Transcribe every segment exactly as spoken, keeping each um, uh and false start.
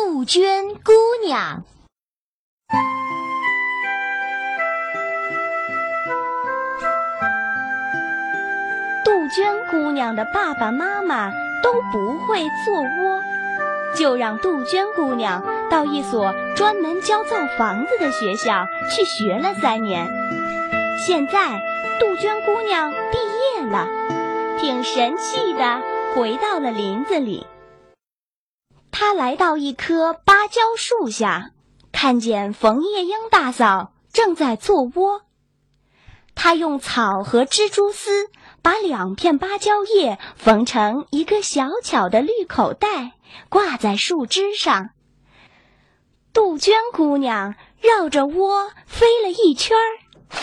杜鹃姑娘。杜鹃姑娘的爸爸妈妈都不会做窝，就让杜鹃姑娘到一所专门教造房子的学校去学了三年。现在杜鹃姑娘毕业了，挺神气的回到了林子里。她来到一棵芭蕉树下，看见冯夜莺大嫂正在做窝。她用草和蜘蛛丝把两片芭蕉叶缝成一个小巧的绿口袋，挂在树枝上。杜鹃姑娘绕着窝飞了一圈儿，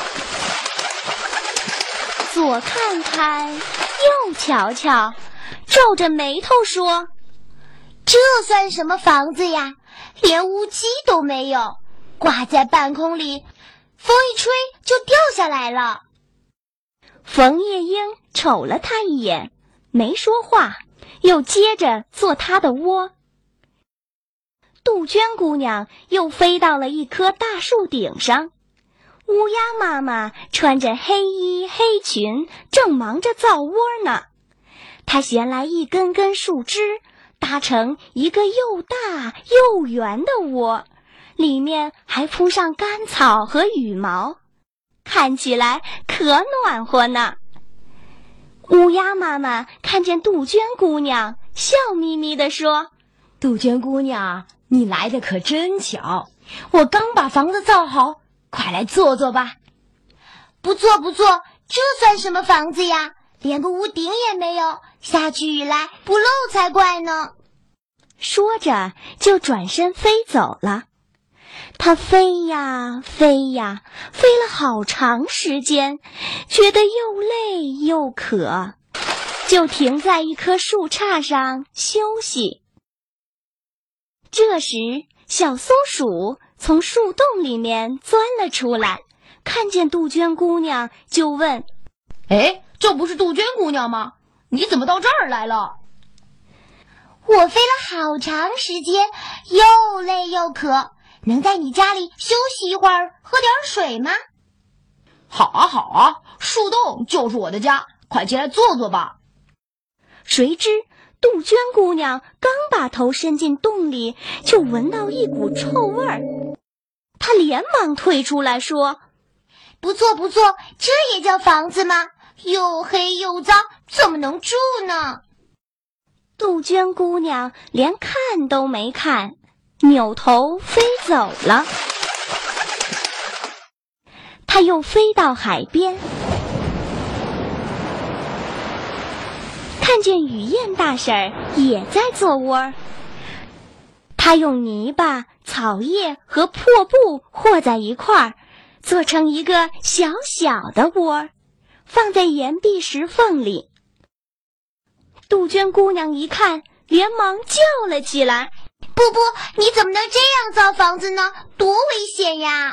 左看看右瞧瞧，皱着眉头说： 这算什么房子呀，连屋基都没有，挂在半空里，风一吹就掉下来了。 冯夜莺瞅了他一眼，没说话，又接着做他的窝。杜鹃姑娘又飞到了一棵大树顶上，乌鸦妈妈穿着黑衣黑裙，正忙着造窝呢。她衔来一根根树枝，搭成一个又大又圆的窝，里面还铺上干草和羽毛，看起来可暖和呢。乌鸦妈妈看见杜鹃姑娘，笑眯眯地说： 杜鹃姑娘，你来的可真巧，我刚把房子造好，快来坐坐吧。 不坐不坐，这算什么房子呀，连个屋顶也没有，下起雨来不漏才怪呢。 说着就转身飞走了。它飞呀飞呀，飞了好长时间，觉得又累又渴，就停在一棵树杈上休息。这时小松鼠从树洞里面钻了出来，看见杜鹃姑娘就问： 哎，这不是杜鹃姑娘吗？你怎么到这儿来了？ 我飞了好长时间，又累又渴，能在你家里休息一会儿，喝点水吗？ 好啊好啊，树洞就是我的家，快进来坐坐吧。 谁知杜鹃姑娘刚把头伸进洞里，就闻到一股臭味儿。她连忙退出来说： 不错不错，这也叫房子吗？又黑又脏，怎么能住呢？ 杜鹃姑娘连看都没看，扭头飞走了。她又飞到海边，看见雨燕大婶儿也在做窝。她用泥巴、草叶和破布和在一块儿，做成一个小小的窝，放在岩壁石缝里。杜鹃姑娘一看，连忙叫了起来： 不不，你怎么能这样造房子呢？多危险呀！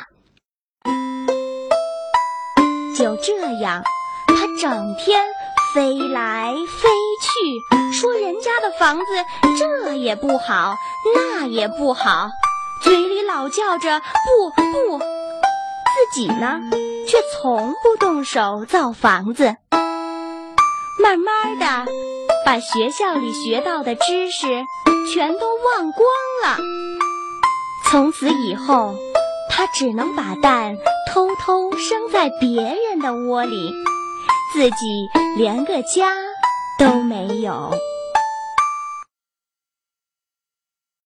就这样，她整天飞来飞去，说人家的房子这也不好，那也不好，嘴里老叫着不不，自己呢，却从不动手造房子。慢慢的，把学校里学到的知识全都忘光了。从此以后，他只能把蛋偷偷生在别人的窝里，自己连个家都没有。